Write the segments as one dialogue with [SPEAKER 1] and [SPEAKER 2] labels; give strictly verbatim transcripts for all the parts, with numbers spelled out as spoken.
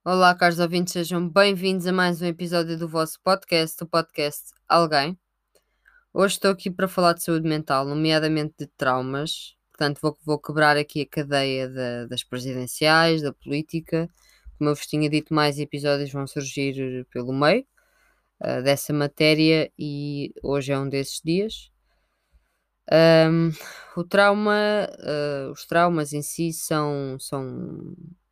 [SPEAKER 1] Olá, caros ouvintes, sejam bem-vindos a mais um episódio do vosso podcast, o podcast Alguém. Hoje estou aqui para falar de saúde mental, nomeadamente de traumas. Portanto, vou, vou quebrar aqui a cadeia da- das presidenciais, da política. Como eu vos tinha dito, mais episódios vão surgir pelo meio ah, dessa matéria e hoje é um desses dias. Ahm, o trauma, ah, os traumas em si são, são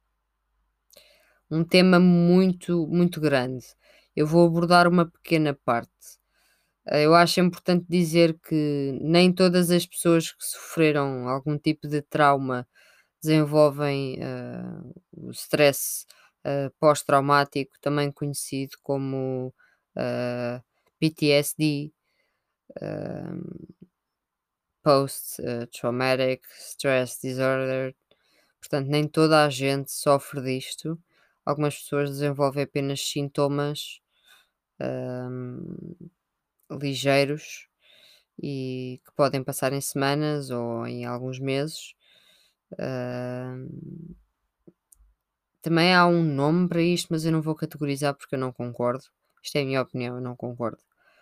[SPEAKER 1] um tema muito, muito grande. Eu vou abordar uma pequena parte. Eh, Eu acho importante dizer que nem todas as pessoas que sofreram algum tipo de trauma desenvolvem eh, o stress eh, pós-traumático, também conhecido como eh, P T S D, eh, Post-Traumatic Stress Disorder. Portanto, nem toda a gente sofre disto. Algumas pessoas desenvolvem apenas sintomas hum, ligeiros e que podem passar em semanas ou em alguns meses. Hum, Também há um nome para isto, mas eu não vou categorizar porque eu não concordo. Isto é a minha opinião, eu não concordo.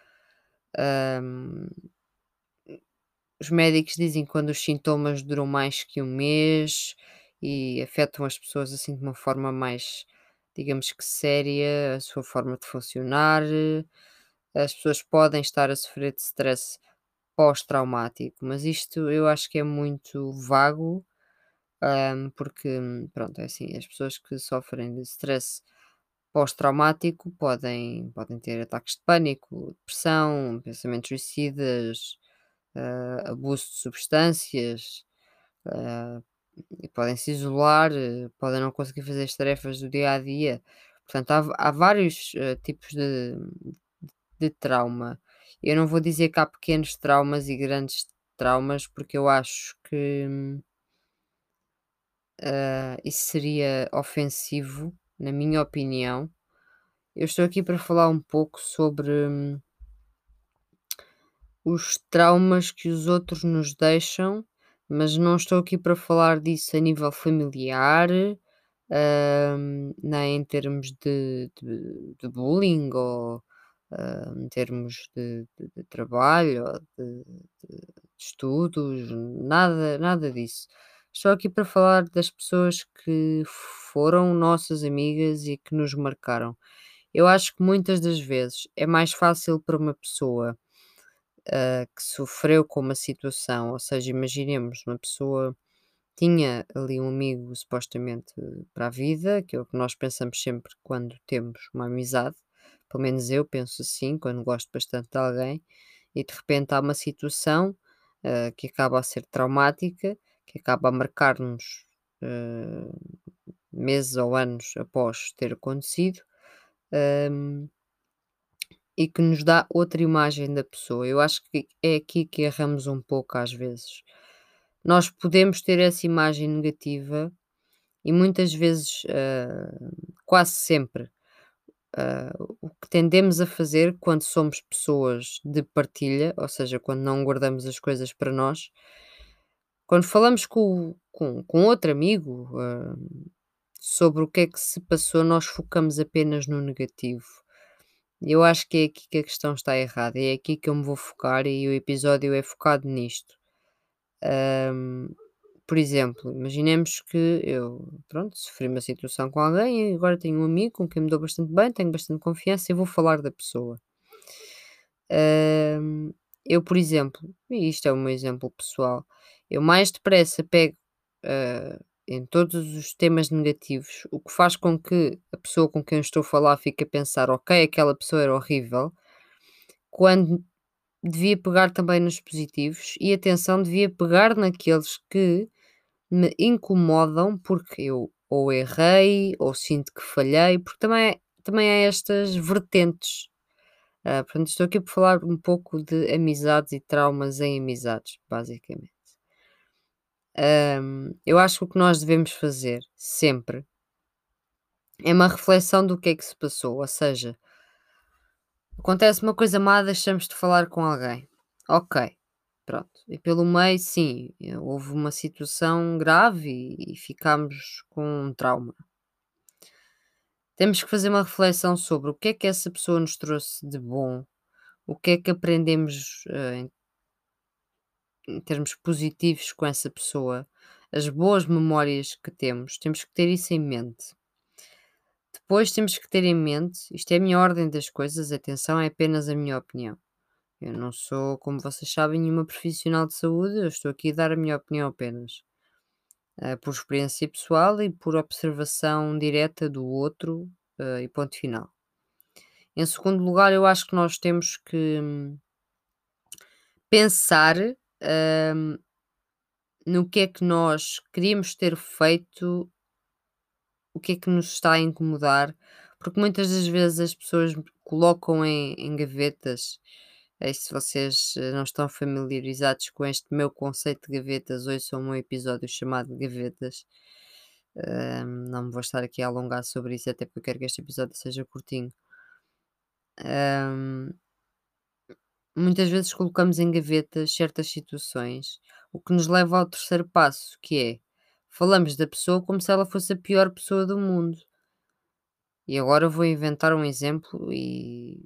[SPEAKER 1] Hum, os médicos dizem que quando os sintomas duram mais que um mês e afetam as pessoas assim de uma forma mais, digamos que séria, a sua forma de funcionar, eh, as pessoas podem estar a sofrer de stress pós-traumático, mas isto eu acho que é muito vago, hum, porque, hum, pronto, é assim, as pessoas que sofrem de stress pós-traumático podem, podem ter ataques de pânico, depressão, pensamentos suicidas, ah, abuso de substâncias, ah, e podem se isolar, eh, podem não conseguir fazer as tarefas do dia a dia. Portanto, há, v- há vários eh, tipos de, de trauma. Eu não vou dizer que há pequenos traumas e grandes traumas, porque eu acho que hum, ah, isso seria ofensivo, na minha opinião. Eu estou aqui para falar um pouco sobre hum, os traumas que os outros nos deixam, mas não estou aqui para falar disso a nível familiar, hum, nem em termos de, de, de bullying ou ah, em termos de, de- de trabalho ou de, de- de estudos, nada, nada disso. Estou aqui para falar das pessoas que foram nossas amigas e que nos marcaram. Eu acho que muitas das vezes é mais fácil para uma pessoa ah, que sofreu com uma situação, ou seja, imaginemos uma pessoa tinha ali um amigo supostamente para a vida, que é o que nós pensamos sempre quando temos uma amizade, pelo menos eu penso assim, quando gosto bastante de alguém, e de repente há uma situação ah, que acaba a ser traumática, que acaba a marcar-nos ah, meses ou anos após ter acontecido. hum, E que nos dá outra imagem da pessoa. Eu acho que é aqui que erramos um pouco às vezes. Nós podemos ter essa imagem negativa e muitas vezes, ah, quase sempre, ah, o que tendemos a fazer quando somos pessoas de partilha, ou seja, quando não guardamos as coisas para nós, quando falamos com, com, com outro amigo, ah, sobre o que é que se passou, nós focamos apenas no negativo. E eu acho que é aqui que a questão está errada, é aqui que eu me vou focar e o episódio é focado nisto. Ahm, por exemplo, imaginemos que eu, pronto, sofri uma situação com alguém e agora tenho um amigo com quem me dou bastante bem, tenho bastante confiança e vou falar da pessoa. Ahm, eu, por exemplo, e isto é o meu exemplo pessoal, eu mais depressa pego ah, em todos os temas negativos, o que faz com que a pessoa com quem eu estou a falar fique a pensar, ok, aquela pessoa era horrível, quando devia pegar também nos positivos e atenção, devia pegar naqueles que me incomodam porque eu ou errei ou sinto que falhei, porque também, também há estas vertentes. Ah, portanto, estou aqui por falar um pouco de amizades e traumas em amizades, basicamente. Ahm, eu acho que o que nós devemos fazer sempre é uma reflexão do que é que se passou, ou seja, acontece uma coisa má, deixamos de falar com alguém. Ok, pronto. E pelo meio, sim, eh, houve uma situação grave e, e ficámos com um trauma. Temos que fazer uma reflexão sobre o que é que essa pessoa nos trouxe de bom, o que é que aprendemos, eh, em em termos positivos com essa pessoa, as boas memórias que temos, temos que ter isso em mente. Depois temos que ter em mente, isto é a minha ordem das coisas, atenção, é apenas a minha opinião. Eu não sou, como vocês sabem, nenhuma profissional de saúde, eu estou aqui a dar a minha opinião apenas. Eh, por experiência pessoal e por observação direta do outro, eh, e ponto final. Em segundo lugar, eu acho que nós temos que hum, pensar, hum, no que é que nós queríamos ter feito, o que é que nos está a incomodar, porque muitas das vezes as pessoas colocam em, em gavetas. Eh, se vocês eh, não estão familiarizados com este meu conceito de gavetas, ouçam um episódio chamado Gavetas. Hum, não me vou estar aqui a alongar sobre isso, até porque eu quero que este episódio seja curtinho. Hum, Muitas vezes colocamos em gavetas certas situações, o que nos leva ao terceiro passo, que é falamos da pessoa como se ela fosse a pior pessoa do mundo. E agora vou inventar um exemplo e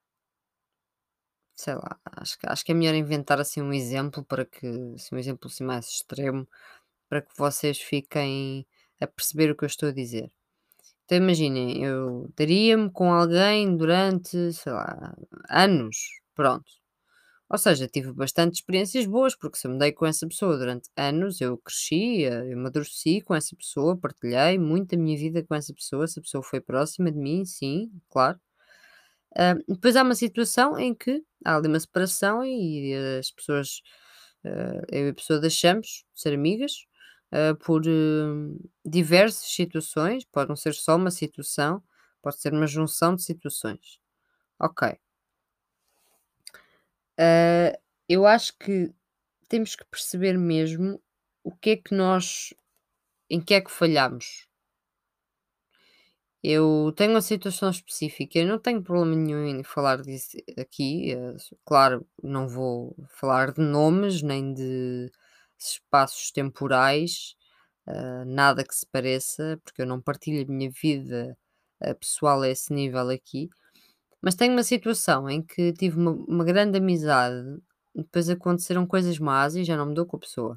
[SPEAKER 1] sei lá, acho que, acho que é melhor inventar assim um exemplo para que, assim, um exemplo assim mais extremo, para que vocês fiquem a perceber o que eu estou a dizer. Então imaginem, eu daria-me com alguém durante, sei lá, anos, pronto. Ou seja, tive bastante experiências boas, porque se eu me dei com essa pessoa durante anos, eu cresci, eh, eu amadureci com essa pessoa, partilhei muito da minha vida com essa pessoa, essa pessoa foi próxima de mim, sim, claro. Ah, depois há uma situação em que há ali uma separação e as pessoas, ah, eu e a pessoa deixamos de ser amigas, ah, por hum, diversas situações, pode não ser só uma situação, pode ser uma junção de situações. Ok. Ah, eu acho que temos que perceber mesmo o que é que nós, em que é que falhamos. Eu tenho uma situação específica, eu não tenho problema nenhum em falar disso aqui. Eh, s- claro, não vou falar de nomes nem de espaços temporais, eh, nada que se pareça, porque eu não partilho a minha vida eh, pessoal a esse nível aqui. Mas tenho uma situação em que tive uma, uma grande amizade, depois aconteceram coisas más e já não me dou com a pessoa.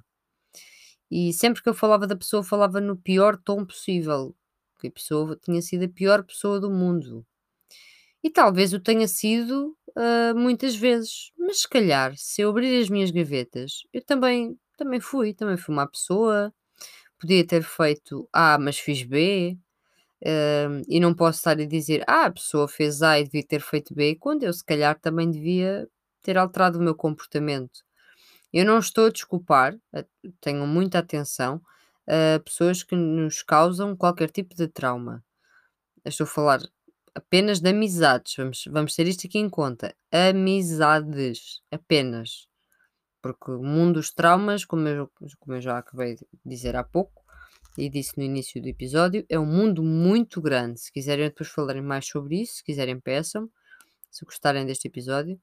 [SPEAKER 1] E sempre que eu falava da pessoa, falava no pior tom possível, que a pessoa tinha sido a pior pessoa do mundo. E talvez o tenha sido, hã, muitas vezes, mas se calhar, se eu abrir as minhas gavetas, eu também também fui, também fui má pessoa, podia ter feito A, mas fiz B, hã, e não posso estar a dizer: "Ah, a pessoa fez A e devia ter feito B", quando eu se calhar também devia ter alterado o meu comportamento. Eu não estou a desculpar, a tenham muita atenção, a pessoas que nos causam qualquer tipo de trauma. Eu estou a falar apenas de amizades, vamos vamos ter isto aqui em conta, amizades, apenas, porque o mundo dos traumas, como eu como eu já acabei de dizer há pouco, e disse no início do episódio, é um mundo muito grande. Se quiserem depois falarem mais sobre isso, se quiserem peçam, se gostarem deste episódio,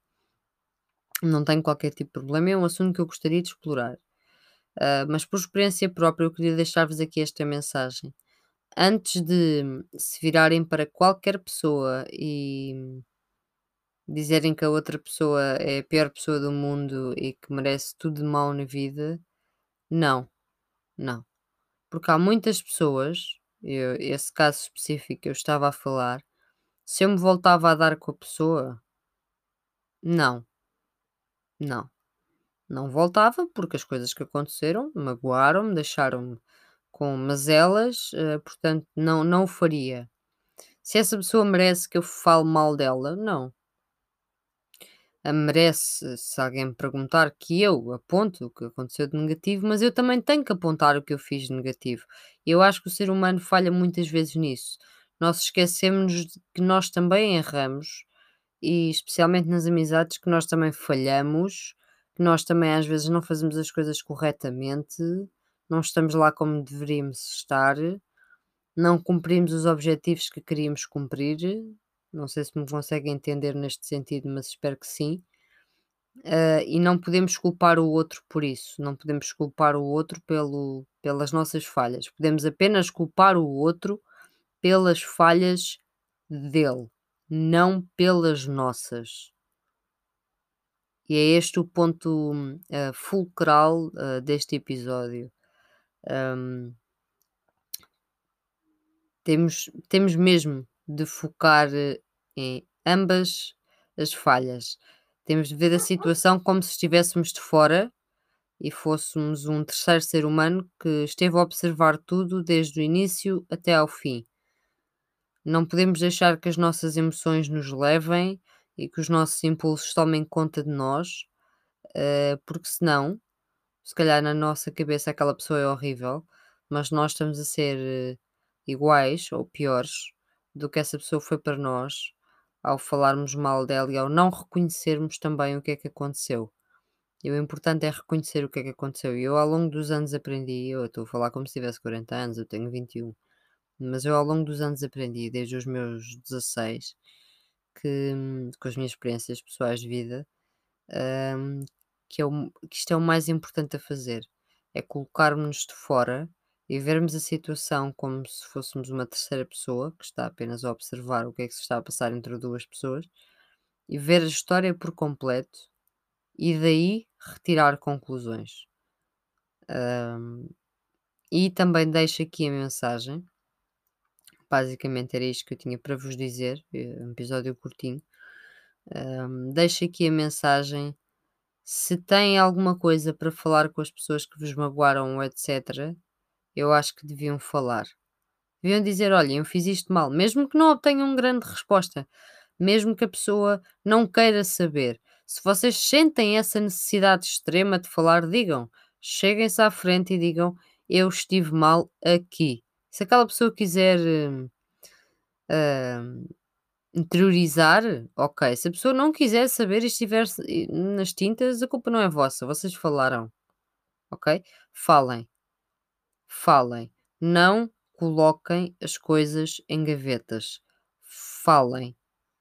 [SPEAKER 1] não tenho qualquer tipo de problema, é um assunto que eu gostaria de explorar. Ah, mas por experiência própria, eu queria deixar-vos aqui esta mensagem. Antes de se virarem para qualquer pessoa e dizerem que a outra pessoa é a pior pessoa do mundo e que merece tudo de mau na vida, não, não. Porque há muitas pessoas, eu- esse caso específico que eu estava a falar, se eu me voltava a dar com a pessoa, não, não. Não voltava, porque as coisas que aconteceram magoaram-me, deixaram-me com mazelas, eh, portanto, não, não o faria. Se essa pessoa merece que eu fale mal dela, não. A merece, se alguém me perguntar, que eu aponte o que aconteceu de negativo, mas eu também tenho que apontar o que eu fiz de negativo. Eu acho que o ser humano falha muitas vezes nisso. Nós esquecemos de que nós também erramos e especialmente nas amizades que nós também falhamos, que nós também às vezes não fazemos as coisas corretamente, não estamos lá como deveríamos estar, não cumprimos os objetivos que queríamos cumprir. Não sei se me conseguem entender neste sentido, mas espero que sim. Ah, e não podemos culpar o outro por isso, não podemos culpar o outro pelo, pelas nossas falhas, podemos apenas culpar o outro pelas falhas dele, não pelas nossas. E é este o ponto, hum, ah, fulcral, ah, deste episódio. Hum, temos temos mesmo de focar, eh, em ambas as falhas. Temos de ver a situação como se estivéssemos de fora e fôssemos um terceiro ser humano que esteve a observar tudo desde o início até ao fim. Não podemos deixar que as nossas emoções nos levem e que os nossos impulsos tomem conta de nós, eh, porque senão, se calhar na nossa cabeça aquela pessoa é horrível, mas nós estamos a ser eh, iguais ou piores do que essa pessoa foi para nós ao falarmos mal dela e ao não reconhecermos também o que é que aconteceu. E o importante é reconhecer o que é que aconteceu. E eu ao longo dos anos aprendi, eu estou a falar como se tivesse quarenta anos, eu tenho vinte e um, mas eu ao longo dos anos aprendi, desde os meus dezasseis, que hum, com as minhas experiências pessoais de vida, hum, que, é o, que isto é o mais importante a fazer. É colocarmos-nos de fora e vermos a situação como se fôssemos uma terceira pessoa que está apenas a observar o que é que se está a passar entre duas pessoas e ver a história por completo e daí retirar conclusões. Hum, e também deixo aqui a mensagem, basicamente era isto que eu tinha para vos dizer, eh, um episódio curtinho. Hum, deixo aqui a mensagem, se têm alguma coisa para falar com as pessoas que vos magoaram, etcétera, eu acho que deviam falar. Deviam dizer: "Olha, eu fiz isto mal", mesmo que não obtenham grande resposta, mesmo que a pessoa não queira saber. Se vocês sentem essa necessidade extrema de falar, digam. Cheguem-se à frente e digam: "Eu estive mal aqui". Se aquela pessoa quiser, hum, hum, interiorizar, ok. Se a pessoa não quiser saber e estiver se e nas tintas, a culpa não é vossa, vocês falaram, ok? Falem, falem. Não coloquem as coisas em gavetas. Falem,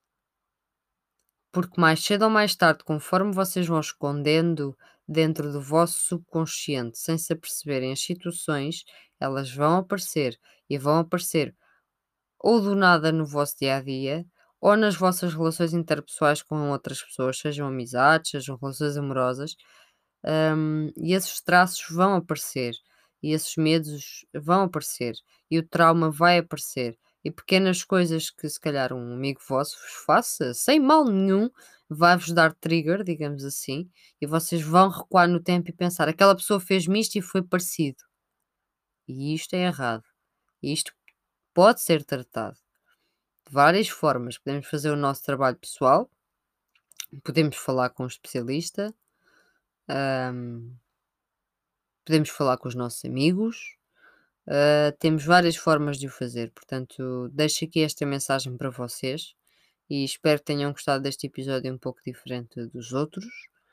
[SPEAKER 1] porque mais cedo ou mais tarde, conforme vocês vão escondendo dentro do vosso subconsciente, sem se aperceberem as situações, elas vão aparecer e vão aparecer ou do nada no vosso dia a dia, ou nas vossas relações interpessoais com outras pessoas, sejam amizades, sejam relações amorosas, hum, e esses traços vão aparecer, e esses medos vão aparecer, e o trauma vai aparecer. E pequenas coisas que se calhar um amigo vosso vos faça, sem mal nenhum, vai-vos dar trigger, digamos assim, e vocês vão recuar no tempo e pensar: aquela pessoa fez-me isto e foi parecido. E isto é errado. E isto pode ser tratado de várias formas. Podemos fazer o nosso trabalho pessoal, podemos falar com um especialista, hum, podemos falar com os nossos amigos, ah, temos várias formas de o fazer. Portanto, deixo aqui esta mensagem para vocês e espero que tenham gostado deste episódio um pouco diferente dos outros.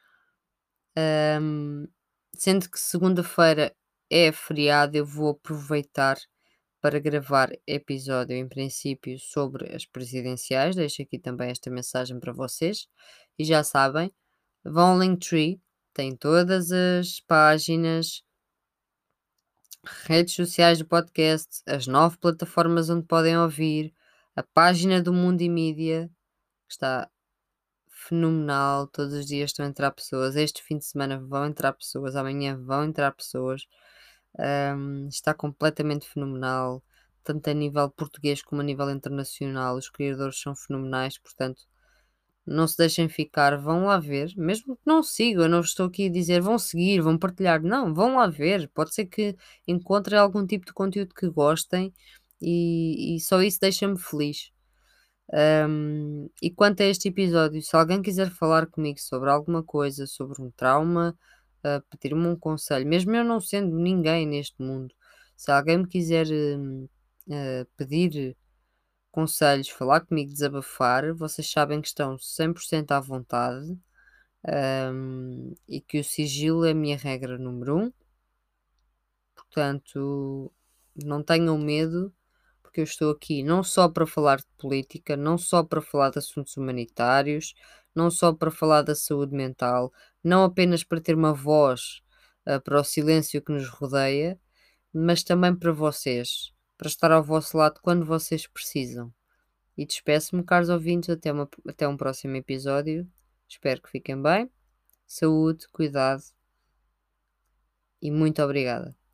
[SPEAKER 1] Hum, sendo que segunda-feira é feriado, eu vou aproveitar para gravar episódio, em princípio, sobre as presidenciais. Deixo aqui também esta mensagem para vocês. E já sabem, vão ao Linktree, tem todas as páginas, redes sociais do podcast, as nove plataformas onde podem ouvir, a página do Mundo e Mídia, que está fenomenal. Todos os dias estão a entrar pessoas. Este fim de semana vão entrar pessoas, amanhã vão entrar pessoas. Hum, está completamente fenomenal, tanto a nível português como a nível internacional. Os criadores são fenomenais, portanto, não se deixem ficar, vão lá ver, mesmo que não sigam. Eu não vos estou aqui a dizer vão seguir, vão partilhar, não, vão lá ver. Pode ser que encontrem algum tipo de conteúdo que gostem e, e só isso deixa-me feliz. Hum, e quanto a este episódio, se alguém quiser falar comigo sobre alguma coisa, sobre um trauma, ah, pedir-me um conselho, mesmo eu não sendo ninguém neste mundo, se alguém me quiser hum, ah, pedir conselhos, falar comigo, desabafar, vocês sabem que estão cem por cento à vontade, hum, e que o sigilo é a minha regra número um, portanto, não tenham medo porque eu estou aqui não só para falar de política, não só para falar de assuntos humanitários, não só para falar da saúde mental, não apenas para ter uma voz, ah, para o silêncio que nos rodeia, mas também para vocês. para estar ao vosso lado quando vocês precisam. E despeço-me, caros ouvintes, até uma até um próximo episódio. Espero que fiquem bem. Saúde, cuidado e muito obrigada.